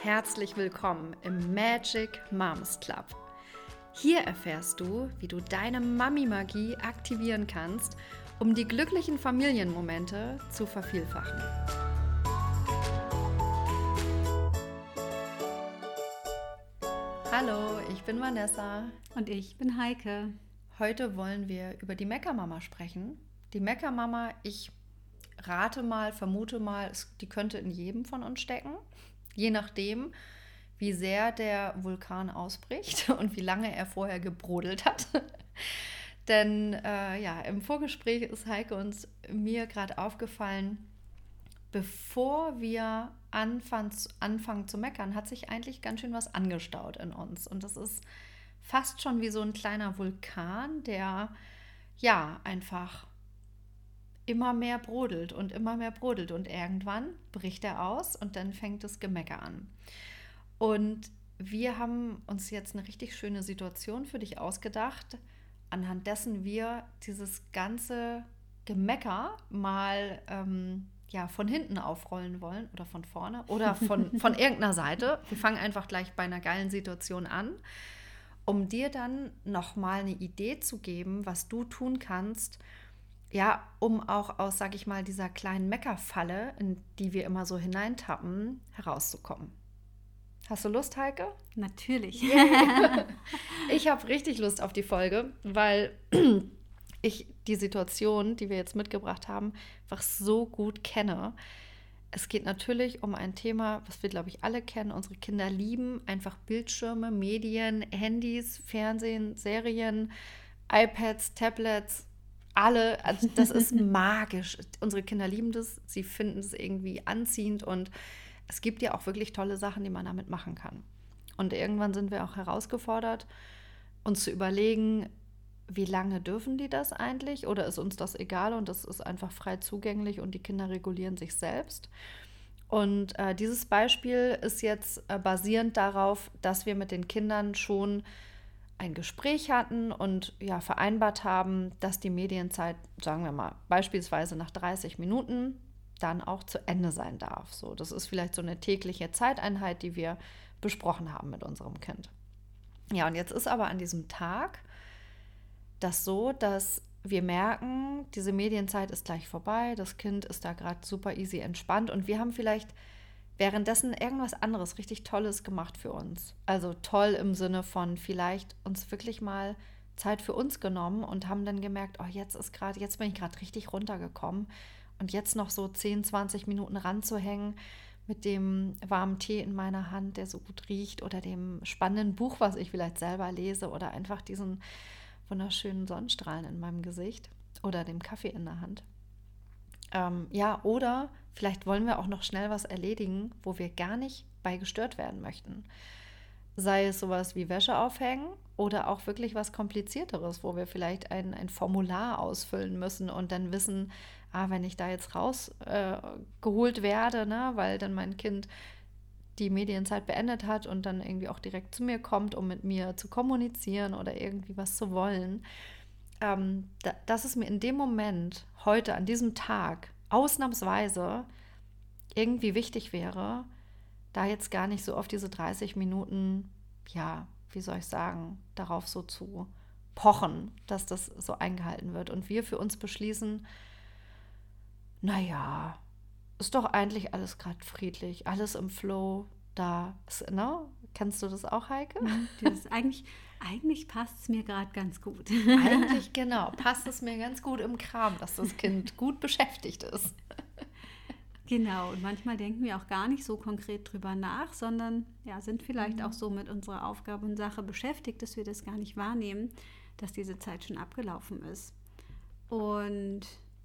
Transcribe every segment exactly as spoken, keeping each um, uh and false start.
herzlich willkommen im Magic Moms Club. Hier erfährst du, wie du deine Mami-Magie aktivieren kannst, um die glücklichen Familienmomente zu vervielfachen. Hallo, ich bin Vanessa. Und ich bin Heike. Heute wollen wir über die Meckermama sprechen. Die Meckermama, ich rate mal, vermute mal, die könnte in jedem von uns stecken. Je nachdem, wie sehr der Vulkan ausbricht und wie lange er vorher gebrodelt hat. Denn äh, ja, im Vorgespräch ist Heike uns mir gerade aufgefallen, bevor wir anfangen, anfangen zu meckern, hat sich eigentlich ganz schön was angestaut in uns. Und das ist fast schon wie so ein kleiner Vulkan, der ja einfach immer mehr brodelt und immer mehr brodelt. Und irgendwann bricht er aus und dann fängt das Gemecker an. Und wir haben uns jetzt eine richtig schöne Situation für dich ausgedacht, anhand dessen wir dieses ganze Gemecker mal ähm, ja, von hinten aufrollen wollen oder von vorne oder von, von irgendeiner Seite. Wir fangen einfach gleich bei einer geilen Situation an, um dir dann nochmal eine Idee zu geben, was du tun kannst, ja, um auch aus, sag ich mal, dieser kleinen Meckerfalle, in die wir immer so hineintappen, herauszukommen. Hast du Lust, Heike? Natürlich. Yeah. Ich habe richtig Lust auf die Folge, weil ich die Situation, die wir jetzt mitgebracht haben, einfach so gut kenne. Es geht natürlich um ein Thema, was wir, glaube ich, alle kennen. Unsere Kinder lieben einfach Bildschirme, Medien, Handys, Fernsehen, Serien, iPads, Tablets, alle. Also das ist magisch. Unsere Kinder lieben das. Sie finden es irgendwie anziehend und es gibt ja auch wirklich tolle Sachen, die man damit machen kann. Und irgendwann sind wir auch herausgefordert, uns zu überlegen, wie lange dürfen die das eigentlich oder ist uns das egal und das ist einfach frei zugänglich und die Kinder regulieren sich selbst. Und äh, dieses Beispiel ist jetzt äh, basierend darauf, dass wir mit den Kindern schon ein Gespräch hatten und ja, vereinbart haben, dass die Medienzeit, sagen wir mal, beispielsweise nach dreißig Minuten dann auch zu Ende sein darf. So, das ist vielleicht so eine tägliche Zeiteinheit, die wir besprochen haben mit unserem Kind. Ja, und jetzt ist aber an diesem Tag das so, dass wir merken, diese Medienzeit ist gleich vorbei, das Kind ist da gerade super easy entspannt und wir haben vielleicht währenddessen irgendwas anderes richtig Tolles gemacht für uns. Also toll im Sinne von vielleicht uns wirklich mal Zeit für uns genommen und haben dann gemerkt, oh, jetzt ist gerade, jetzt bin ich gerade richtig runtergekommen und jetzt noch so zehn, zwanzig Minuten ranzuhängen mit dem warmen Tee in meiner Hand, der so gut riecht oder dem spannenden Buch, was ich vielleicht selber lese oder einfach diesen wunderschönen Sonnenstrahlen in meinem Gesicht oder dem Kaffee in der Hand. Ähm, ja, oder vielleicht wollen wir auch noch schnell was erledigen, wo wir gar nicht bei gestört werden möchten. Sei es sowas wie Wäsche aufhängen oder auch wirklich was Komplizierteres, wo wir vielleicht ein, ein Formular ausfüllen müssen und dann wissen, ah, wenn ich da jetzt rausgeholt äh, werde, ne, weil dann mein Kind die Medienzeit beendet hat und dann irgendwie auch direkt zu mir kommt, um mit mir zu kommunizieren oder irgendwie was zu wollen, ähm, da, dass es mir in dem Moment, heute, an diesem Tag, ausnahmsweise irgendwie wichtig wäre, da jetzt gar nicht so auf diese dreißig Minuten, ja, wie soll ich sagen, darauf so zu pochen, dass das so eingehalten wird. Und wir für uns beschließen, naja, ist doch eigentlich alles gerade friedlich, alles im Flow, da ist, ne? Kennst du das auch, Heike? Das ist eigentlich, eigentlich passt es mir gerade ganz gut. Eigentlich, genau, passt es mir ganz gut im Kram, dass das Kind gut beschäftigt ist. Genau, und manchmal denken wir auch gar nicht so konkret drüber nach, sondern ja, sind vielleicht mhm. auch so mit unserer Aufgabe und Sache beschäftigt, dass wir das gar nicht wahrnehmen, dass diese Zeit schon abgelaufen ist. Und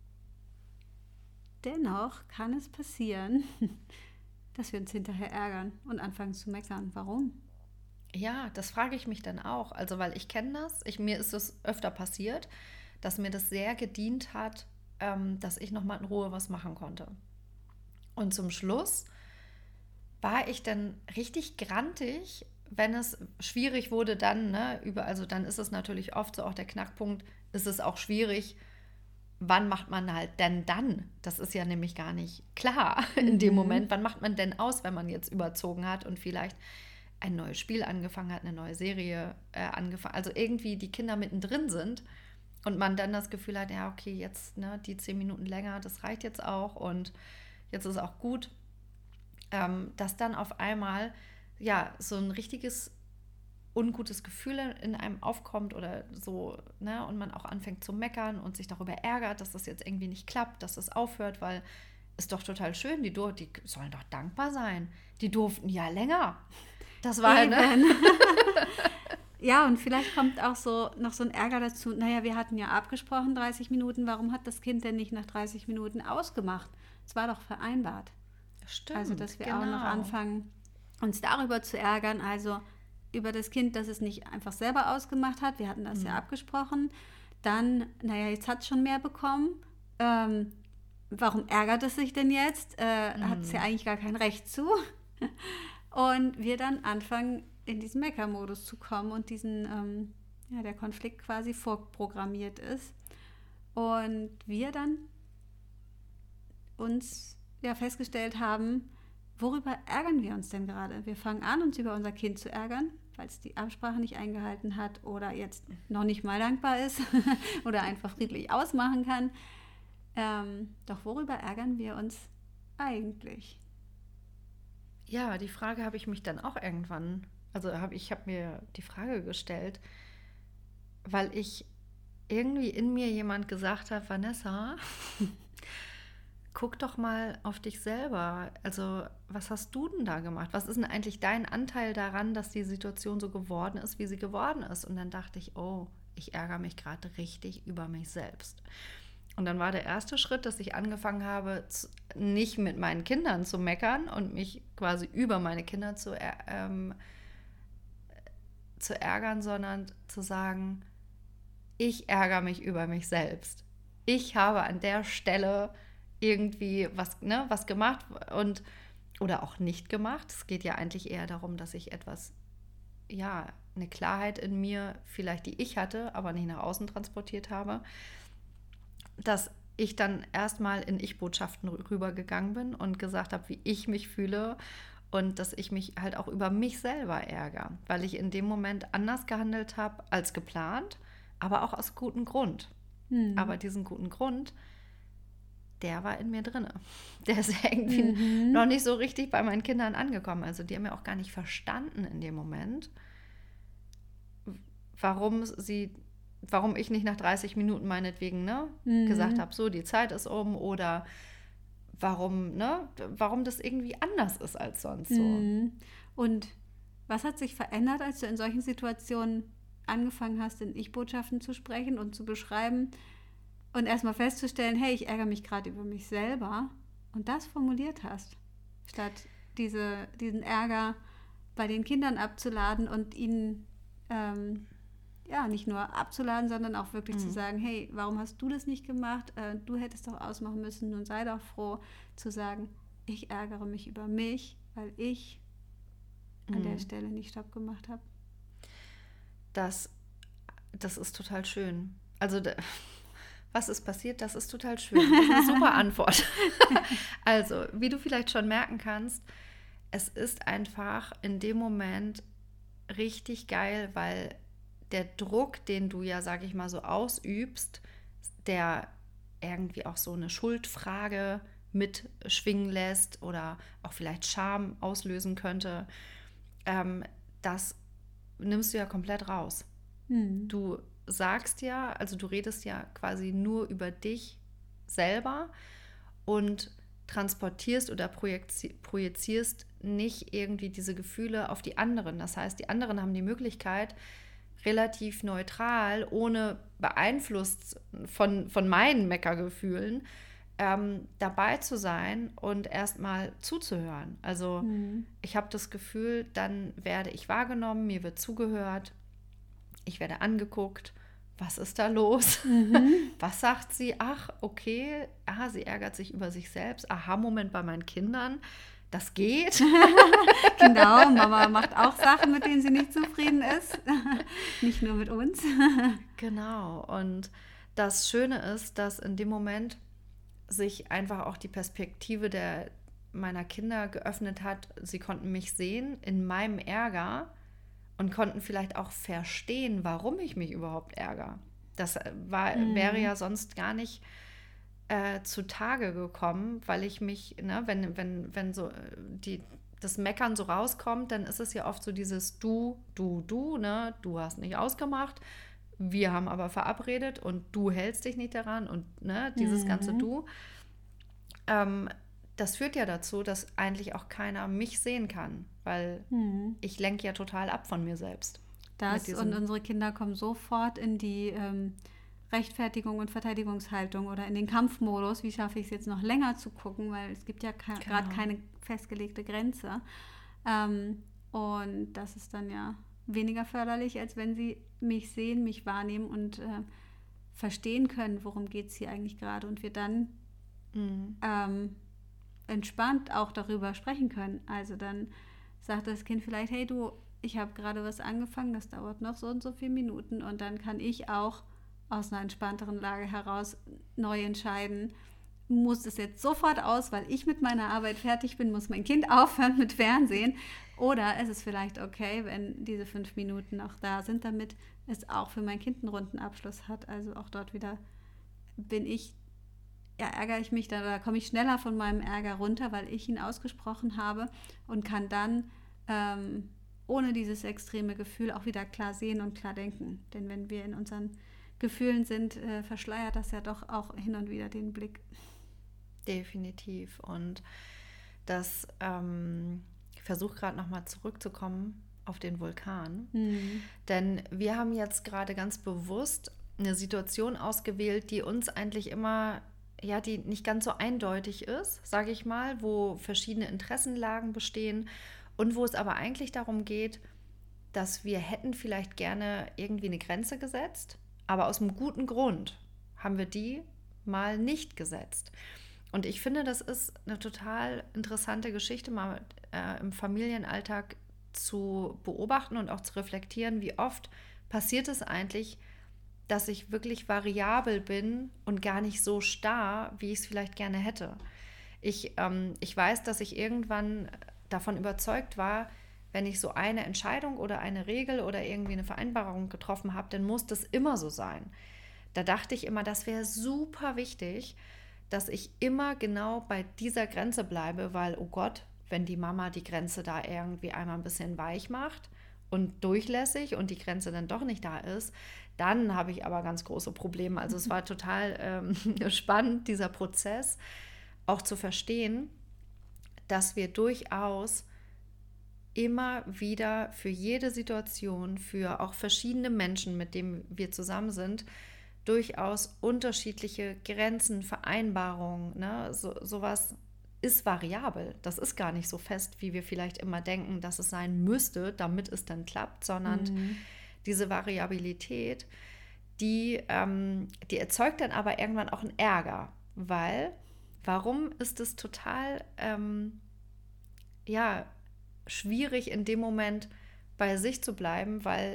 dennoch kann es passieren, dass wir uns hinterher ärgern und anfangen zu meckern. Warum? Ja, das frage ich mich dann auch. Also, weil ich kenne das, ich, mir ist es öfter passiert, dass mir das sehr gedient hat, ähm, dass ich nochmal in Ruhe was machen konnte. Und zum Schluss war ich dann richtig grantig, wenn es schwierig wurde dann, ne, über, also dann ist es natürlich oft so auch der Knackpunkt, ist es auch schwierig, wann macht man halt denn dann? Das ist ja nämlich gar nicht klar in dem Mhm. Moment. Wann macht man denn aus, wenn man jetzt überzogen hat und vielleicht ein neues Spiel angefangen hat, eine neue Serie äh, angefangen, also irgendwie die Kinder mittendrin sind und man dann das Gefühl hat, ja, okay, jetzt ne, die zehn Minuten länger, das reicht jetzt auch und jetzt ist auch gut, ähm, dass dann auf einmal ja so ein richtiges ungutes Gefühl in einem aufkommt oder so, ne, und man auch anfängt zu meckern und sich darüber ärgert, dass das jetzt irgendwie nicht klappt, dass das aufhört, weil ist doch total schön, die, dur- die sollen doch dankbar sein. Die durften ja länger. Das war halt, ne? Eben. Ja, und vielleicht kommt auch so noch so ein Ärger dazu. Naja, wir hatten ja abgesprochen dreißig Minuten. Warum hat das Kind denn nicht nach dreißig Minuten ausgemacht? Es war doch vereinbart. Stimmt, Also, dass wir genau. auch noch anfangen, uns darüber zu ärgern. Also über das Kind, das es nicht einfach selber ausgemacht hat. Wir hatten das Mhm. ja abgesprochen. Dann, naja, jetzt hat es schon mehr bekommen. Ähm, warum ärgert es sich denn jetzt? Äh, Mhm. Hat es ja eigentlich gar kein Recht zu. Und wir dann anfangen, in diesen Meckermodus zu kommen und diesen, ähm, ja, der Konflikt quasi vorprogrammiert ist. Und wir dann uns ja festgestellt haben, worüber ärgern wir uns denn gerade? Wir fangen an, uns über unser Kind zu ärgern, weil es die Absprache nicht eingehalten hat oder jetzt noch nicht mal dankbar ist oder einfach friedlich ausmachen kann. Ähm, doch worüber ärgern wir uns eigentlich? Ja, die Frage habe ich mich dann auch irgendwann, also hab, ich habe mir die Frage gestellt, weil ich irgendwie in mir jemand gesagt hat, Vanessa, guck doch mal auf dich selber. Also, was hast du denn da gemacht? Was ist denn eigentlich dein Anteil daran, dass die Situation so geworden ist, wie sie geworden ist? Und dann dachte ich, oh, ich ärgere mich gerade richtig über mich selbst. Und dann war der erste Schritt, dass ich angefangen habe, zu, nicht mit meinen Kindern zu meckern und mich quasi über meine Kinder zu, ähm, zu ärgern, sondern zu sagen, ich ärgere mich über mich selbst. Ich habe an der Stelle irgendwie was, ne, was gemacht und oder auch nicht gemacht. Es geht ja eigentlich eher darum, dass ich etwas, ja, eine Klarheit in mir, vielleicht die ich hatte, aber nicht nach außen transportiert habe, dass ich dann erstmal in Ich-Botschaften rübergegangen bin und gesagt habe, wie ich mich fühle und dass ich mich halt auch über mich selber ärgere, weil ich in dem Moment anders gehandelt habe als geplant, aber auch aus gutem Grund. Hm. Aber diesen guten Grund, der war in mir drin. Der ist irgendwie mhm. noch nicht so richtig bei meinen Kindern angekommen. Also die haben ja auch gar nicht verstanden in dem Moment, warum sie, warum ich nicht nach dreißig Minuten meinetwegen ne, mhm. gesagt habe, so, die Zeit ist um oder warum, ne, warum das irgendwie anders ist als sonst so. Mhm. Und was hat sich verändert, als du in solchen Situationen angefangen hast, in Ich-Botschaften zu sprechen und zu beschreiben und erstmal festzustellen, hey, ich ärgere mich gerade über mich selber und das formuliert hast, statt diese, diesen Ärger bei den Kindern abzuladen und ihnen ähm, ja nicht nur abzuladen, sondern auch wirklich mhm. zu sagen, hey, warum hast du das nicht gemacht? Äh, du hättest doch ausmachen müssen. Nun sei doch froh, zu sagen, ich ärgere mich über mich, weil ich mhm. an der Stelle nicht Stopp gemacht habe. Das, das ist total schön. Also da, was ist passiert? Das ist total schön. Das ist eine super Antwort. Also, wie du vielleicht schon merken kannst, es ist einfach in dem Moment richtig geil, weil der Druck, den du ja, sag ich mal, so ausübst, der irgendwie auch so eine Schuldfrage mitschwingen lässt oder auch vielleicht Scham auslösen könnte, ähm, das nimmst du ja komplett raus. Hm. Du sagst ja, also du redest ja quasi nur über dich selber und transportierst oder projizierst nicht irgendwie diese Gefühle auf die anderen. Das heißt, die anderen haben die Möglichkeit, relativ neutral, ohne beeinflusst von, von meinen Meckergefühlen, ähm, dabei zu sein und erstmal zuzuhören. Also mhm. ich habe das Gefühl, dann werde ich wahrgenommen, mir wird zugehört, ich werde angeguckt, was ist da los? Mhm. Was sagt sie? Ach, okay, ah, sie ärgert sich über sich selbst. Aha, Moment, bei meinen Kindern, das geht. Genau, Mama macht auch Sachen, mit denen sie nicht zufrieden ist. Nicht nur mit uns. Genau, und das Schöne ist, dass in dem Moment sich einfach auch die Perspektive der, meiner Kinder geöffnet hat. Sie konnten mich sehen in meinem Ärger und konnten vielleicht auch verstehen, warum ich mich überhaupt ärgere. Das war, mhm. wäre ja sonst gar nicht äh, zutage gekommen, weil ich mich, ne, wenn, wenn, wenn so die, das Meckern so rauskommt, dann ist es ja oft so dieses Du, Du, Du, ne, du hast nicht ausgemacht, wir haben aber verabredet und du hältst dich nicht daran und ne, dieses mhm. ganze Du. Ähm, das führt ja dazu, dass eigentlich auch keiner mich sehen kann, weil mhm. ich lenke ja total ab von mir selbst. Das und unsere Kinder kommen sofort in die ähm, Rechtfertigung und Verteidigungshaltung oder in den Kampfmodus. Wie schaffe ich es jetzt noch länger zu gucken, weil es gibt ja ke- Genau. gerade keine festgelegte Grenze. Ähm, und das ist dann ja weniger förderlich, als wenn sie mich sehen, mich wahrnehmen und äh, verstehen können, worum geht es hier eigentlich gerade. Und wir dann mhm. ähm, entspannt auch darüber sprechen können. Also dann sagt das Kind vielleicht, hey du, ich habe gerade was angefangen, das dauert noch so und so viele Minuten und dann kann ich auch aus einer entspannteren Lage heraus neu entscheiden, muss es jetzt sofort aus, weil ich mit meiner Arbeit fertig bin, muss mein Kind aufhören mit Fernsehen oder ist es vielleicht okay, wenn diese fünf Minuten noch da sind, damit es auch für mein Kind einen runden Abschluss hat. Also auch dort wieder bin ich, ja, ärgere ich mich, da komme ich schneller von meinem Ärger runter, weil ich ihn ausgesprochen habe und kann dann ähm, ohne dieses extreme Gefühl auch wieder klar sehen und klar denken. Denn wenn wir in unseren Gefühlen sind, äh, verschleiert das ja doch auch hin und wieder den Blick. Definitiv. Und das, ähm, ich versuche gerade nochmal zurückzukommen auf den Vulkan. Mhm. Denn wir haben jetzt gerade ganz bewusst eine Situation ausgewählt, die uns eigentlich immer, ja, die nicht ganz so eindeutig ist, sage ich mal, wo verschiedene Interessenlagen bestehen. Und wo es aber eigentlich darum geht, dass wir hätten vielleicht gerne irgendwie eine Grenze gesetzt, aber aus einem guten Grund haben wir die mal nicht gesetzt. Und ich finde, das ist eine total interessante Geschichte, mal äh, im Familienalltag zu beobachten und auch zu reflektieren, wie oft passiert es eigentlich, dass ich wirklich variabel bin und gar nicht so starr, wie ich es vielleicht gerne hätte. Ich, ähm, ich weiß, dass ich irgendwann davon überzeugt war, wenn ich so eine Entscheidung oder eine Regel oder irgendwie eine Vereinbarung getroffen habe, dann muss das immer so sein. Da dachte ich immer, das wäre super wichtig, dass ich immer genau bei dieser Grenze bleibe, weil, oh Gott, wenn die Mama die Grenze da irgendwie einmal ein bisschen weich macht und durchlässig und die Grenze dann doch nicht da ist, dann habe ich aber ganz große Probleme. Also es war total ähm, spannend, dieser Prozess auch zu verstehen, dass wir durchaus immer wieder für jede Situation, für auch verschiedene Menschen, mit denen wir zusammen sind, durchaus unterschiedliche Grenzen, Vereinbarungen, ne? So, sowas ist variabel. Das ist gar nicht so fest, wie wir vielleicht immer denken, dass es sein müsste, damit es dann klappt, sondern mhm. diese Variabilität, die, ähm, die erzeugt dann aber irgendwann auch einen Ärger, weil warum ist es total ähm, ja, schwierig in dem Moment bei sich zu bleiben, weil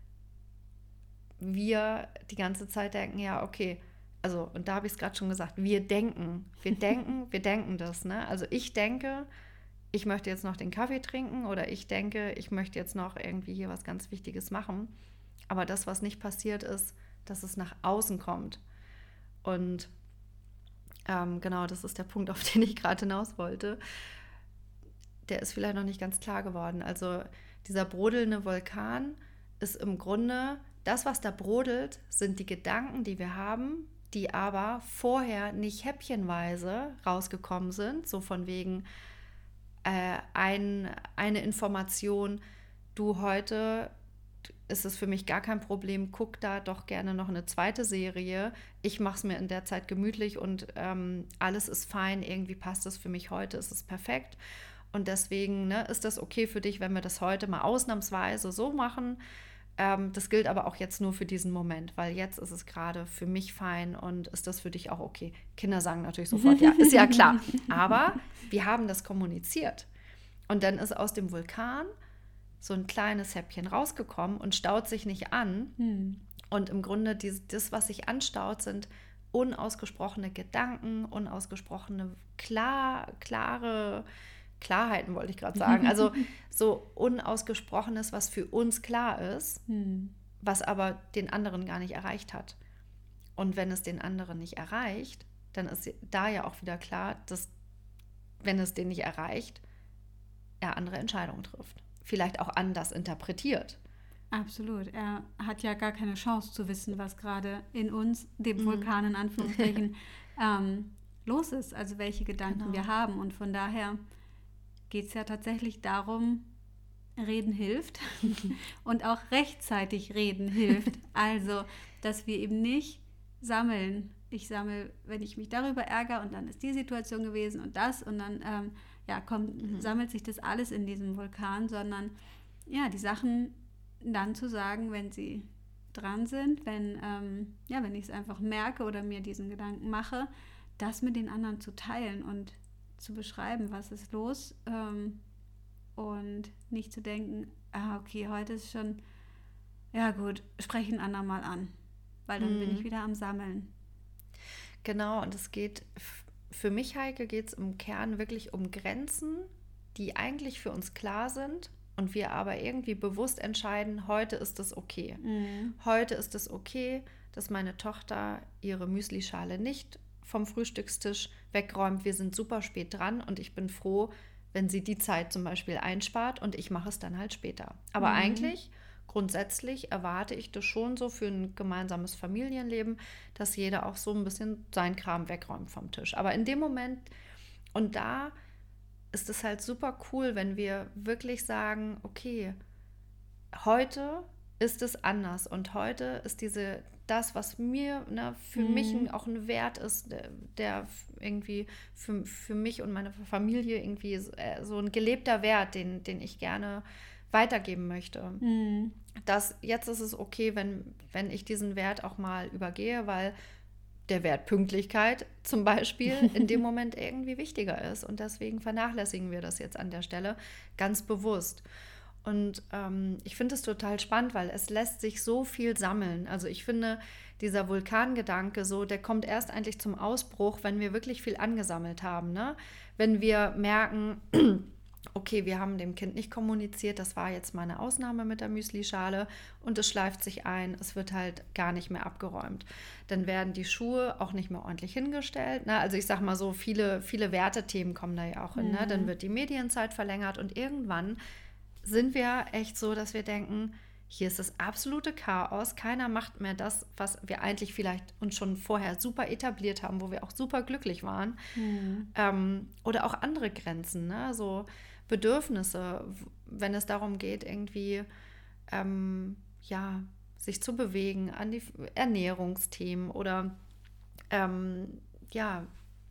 wir die ganze Zeit denken, ja, okay, also, und da habe ich es gerade schon gesagt, wir denken, wir denken, wir denken das, ne? Also ich denke, ich möchte jetzt noch den Kaffee trinken oder ich denke, ich möchte jetzt noch irgendwie hier was ganz Wichtiges machen, aber das, was nicht passiert ist, dass es nach außen kommt. Und ähm, genau, das ist der Punkt, auf den ich gerade hinaus wollte. Der ist vielleicht noch nicht ganz klar geworden. Also dieser brodelnde Vulkan ist im Grunde, das, was da brodelt, sind die Gedanken, die wir haben, die aber vorher nicht häppchenweise rausgekommen sind, so von wegen äh, ein, eine Information, du, heute ist es für mich gar kein Problem, guck da doch gerne noch eine zweite Serie, ich mache es mir in der Zeit gemütlich und ähm, alles ist fein, irgendwie passt es für mich heute, ist es perfekt. Und deswegen, ne, ist das okay für dich, wenn wir das heute mal ausnahmsweise so machen. Ähm, das gilt aber auch jetzt nur für diesen Moment, weil jetzt ist es gerade für mich fein und ist das für dich auch okay. Kinder sagen natürlich sofort, ja, ist ja klar. Aber wir haben das kommuniziert. Und dann ist aus dem Vulkan so ein kleines Häppchen rausgekommen und staut sich nicht an. Hm. Und im Grunde, dies, das, was sich anstaut, sind unausgesprochene Gedanken, unausgesprochene, klar, klare Klarheiten, wollte ich gerade sagen. Also so Unausgesprochenes, was für uns klar ist, Hm. was aber den anderen gar nicht erreicht hat. Und wenn es den anderen nicht erreicht, dann ist da ja auch wieder klar, dass, wenn es den nicht erreicht, er andere Entscheidungen trifft. Vielleicht auch anders interpretiert. Absolut. Er hat ja gar keine Chance zu wissen, was gerade in uns, dem Vulkan in Anführungsstrichen, ähm, los ist. Also welche Gedanken Genau. wir haben. Und von daher geht es ja tatsächlich darum, Reden hilft und auch rechtzeitig reden hilft. Also, dass wir eben nicht sammeln. Ich sammle, wenn ich mich darüber ärgere und dann ist die Situation gewesen und das und dann ähm, ja, kommt, mhm. sammelt sich das alles in diesem Vulkan, sondern ja, die Sachen dann zu sagen, wenn sie dran sind, wenn, ähm, ja, wenn ich es einfach merke oder mir diesen Gedanken mache, das mit den anderen zu teilen und zu beschreiben, was ist los ähm, und nicht zu denken, ah, okay, heute ist schon, ja gut, spreche ein andermal an, weil dann mhm. bin ich wieder am Sammeln. Genau, und es geht, für mich, Heike, geht es im Kern wirklich um Grenzen, die eigentlich für uns klar sind und wir aber irgendwie bewusst entscheiden, heute ist es okay. Mhm. Heute ist es okay, dass meine Tochter ihre Müslischale nicht vom Frühstückstisch wegräumt. Wir sind super spät dran und ich bin froh, wenn sie die Zeit zum Beispiel einspart und ich mache es dann halt später. Aber mhm. eigentlich, grundsätzlich erwarte ich das schon so für ein gemeinsames Familienleben, dass jeder auch so ein bisschen seinen Kram wegräumt vom Tisch. Aber in dem Moment, und da ist es halt super cool, wenn wir wirklich sagen, okay, heute ist es anders und heute ist diese das, was mir, ne, für mhm. mich ein, auch ein Wert ist, der, der irgendwie für, für mich und meine Familie irgendwie so, äh, so ein gelebter Wert, den, den ich gerne weitergeben möchte. Mhm. Das, jetzt ist es okay, wenn, wenn ich diesen Wert auch mal übergehe, weil der Wert Pünktlichkeit zum Beispiel in dem Moment irgendwie wichtiger ist. Und deswegen vernachlässigen wir das jetzt an der Stelle ganz bewusst. Und ähm, ich finde es total spannend, weil es lässt sich so viel sammeln. Also ich finde, dieser Vulkangedanke, so, der kommt erst eigentlich zum Ausbruch, wenn wir wirklich viel angesammelt haben. Ne? Wenn wir merken, okay, wir haben dem Kind nicht kommuniziert, das war jetzt mal eine Ausnahme mit der Müslischale und es schleift sich ein, es wird halt gar nicht mehr abgeräumt. Dann werden die Schuhe auch nicht mehr ordentlich hingestellt. Ne? Also ich sag mal so, viele, viele Wertethemen kommen da ja auch hin. Mhm. Ne? Dann wird die Medienzeit verlängert und irgendwann sind wir echt so, dass wir denken, hier ist das absolute Chaos, keiner macht mehr das, was wir eigentlich vielleicht uns schon vorher super etabliert haben, wo wir auch super glücklich waren. Mhm. Ähm, oder auch andere Grenzen, ne? So Bedürfnisse, wenn es darum geht, irgendwie ähm, ja, sich zu bewegen, an die Ernährungsthemen oder ähm, ja,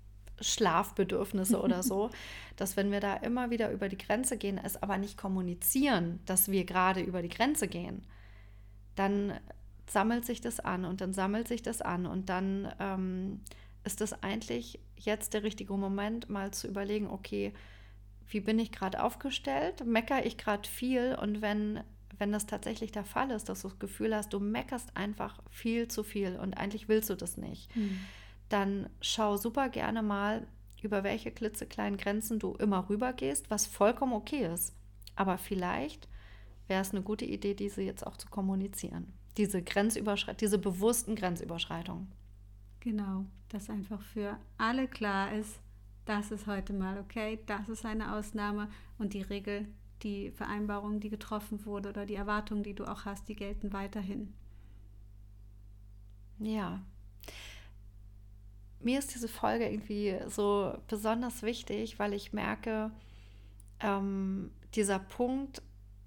Schlafbedürfnisse oder so, dass wenn wir da immer wieder über die Grenze gehen, es aber nicht kommunizieren, dass wir gerade über die Grenze gehen, dann sammelt sich das an und dann sammelt sich das an und dann ähm, ist es eigentlich jetzt der richtige Moment, mal zu überlegen, okay, wie bin ich gerade aufgestellt? Meckere ich gerade viel? Und wenn, wenn das tatsächlich der Fall ist, dass du das Gefühl hast, du meckerst einfach viel zu viel und eigentlich willst du das nicht, mhm. dann schau super gerne mal, über welche klitzekleinen Grenzen du immer rübergehst, was vollkommen okay ist. Aber vielleicht wäre es eine gute Idee, diese jetzt auch zu kommunizieren. Diese Grenzüberschreitung, diese bewussten Grenzüberschreitungen. Genau, dass einfach für alle klar ist, das ist heute mal okay, das ist eine Ausnahme und die Regel, die Vereinbarung, die getroffen wurde oder die Erwartungen, die du auch hast, die gelten weiterhin. Ja. Mir ist diese Folge irgendwie so besonders wichtig, weil ich merke, ähm, dieser Punkt,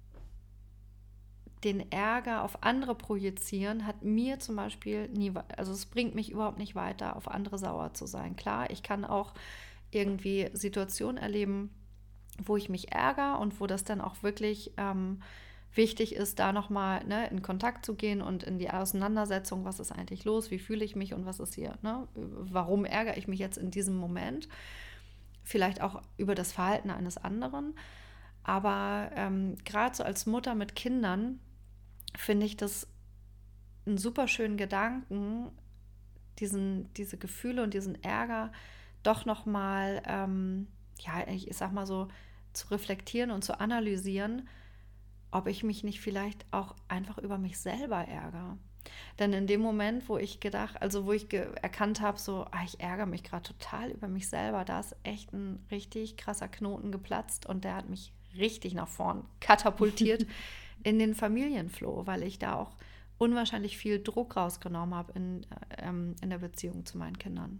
den Ärger auf andere projizieren, hat mir zum Beispiel nie, also es bringt mich überhaupt nicht weiter, auf andere sauer zu sein. Klar, ich kann auch irgendwie Situationen erleben, wo ich mich ärgere und wo das dann auch wirklich ähm, wichtig ist, da nochmal ne, in Kontakt zu gehen und in die Auseinandersetzung, was ist eigentlich los, wie fühle ich mich und was ist hier, ne? Warum ärgere ich mich jetzt in diesem Moment? Vielleicht auch über das Verhalten eines anderen. Aber ähm, gerade so als Mutter mit Kindern finde ich das einen super schönen Gedanken, diesen, diese Gefühle und diesen Ärger doch nochmal, ähm, ja, ich, ich sag mal so, zu reflektieren und zu analysieren, ob ich mich nicht vielleicht auch einfach über mich selber ärgere. Denn in dem Moment, wo ich gedacht, also wo ich ge- erkannt habe, so, ah, ich ärgere mich gerade total über mich selber, da ist echt ein richtig krasser Knoten geplatzt und der hat mich richtig nach vorn katapultiert in den Familienflow, weil ich da auch unwahrscheinlich viel Druck rausgenommen habe in, äh, ähm, in der Beziehung zu meinen Kindern.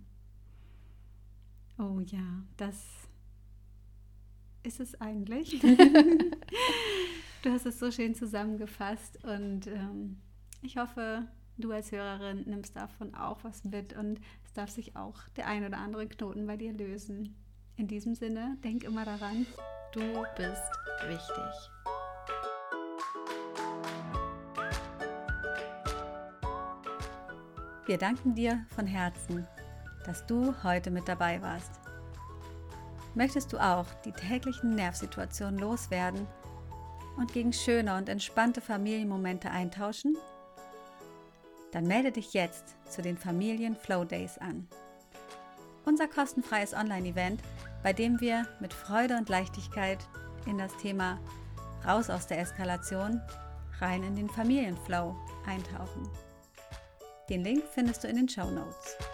Oh ja, das ist es eigentlich. Du hast es so schön zusammengefasst und ähm, ich hoffe, du als Hörerin nimmst davon auch was mit und es darf sich auch der ein oder andere Knoten bei dir lösen. In diesem Sinne, denk immer daran, du bist wichtig. Wir danken dir von Herzen, dass du heute mit dabei warst. Möchtest du auch die täglichen Nervsituationen loswerden und gegen schöne und entspannte Familienmomente eintauschen? Dann melde dich jetzt zu den Familien Flow Days an. Unser kostenfreies Online-Event, bei dem wir mit Freude und Leichtigkeit in das Thema raus aus der Eskalation, rein in den Familienflow eintauchen. Den Link findest du in den Shownotes.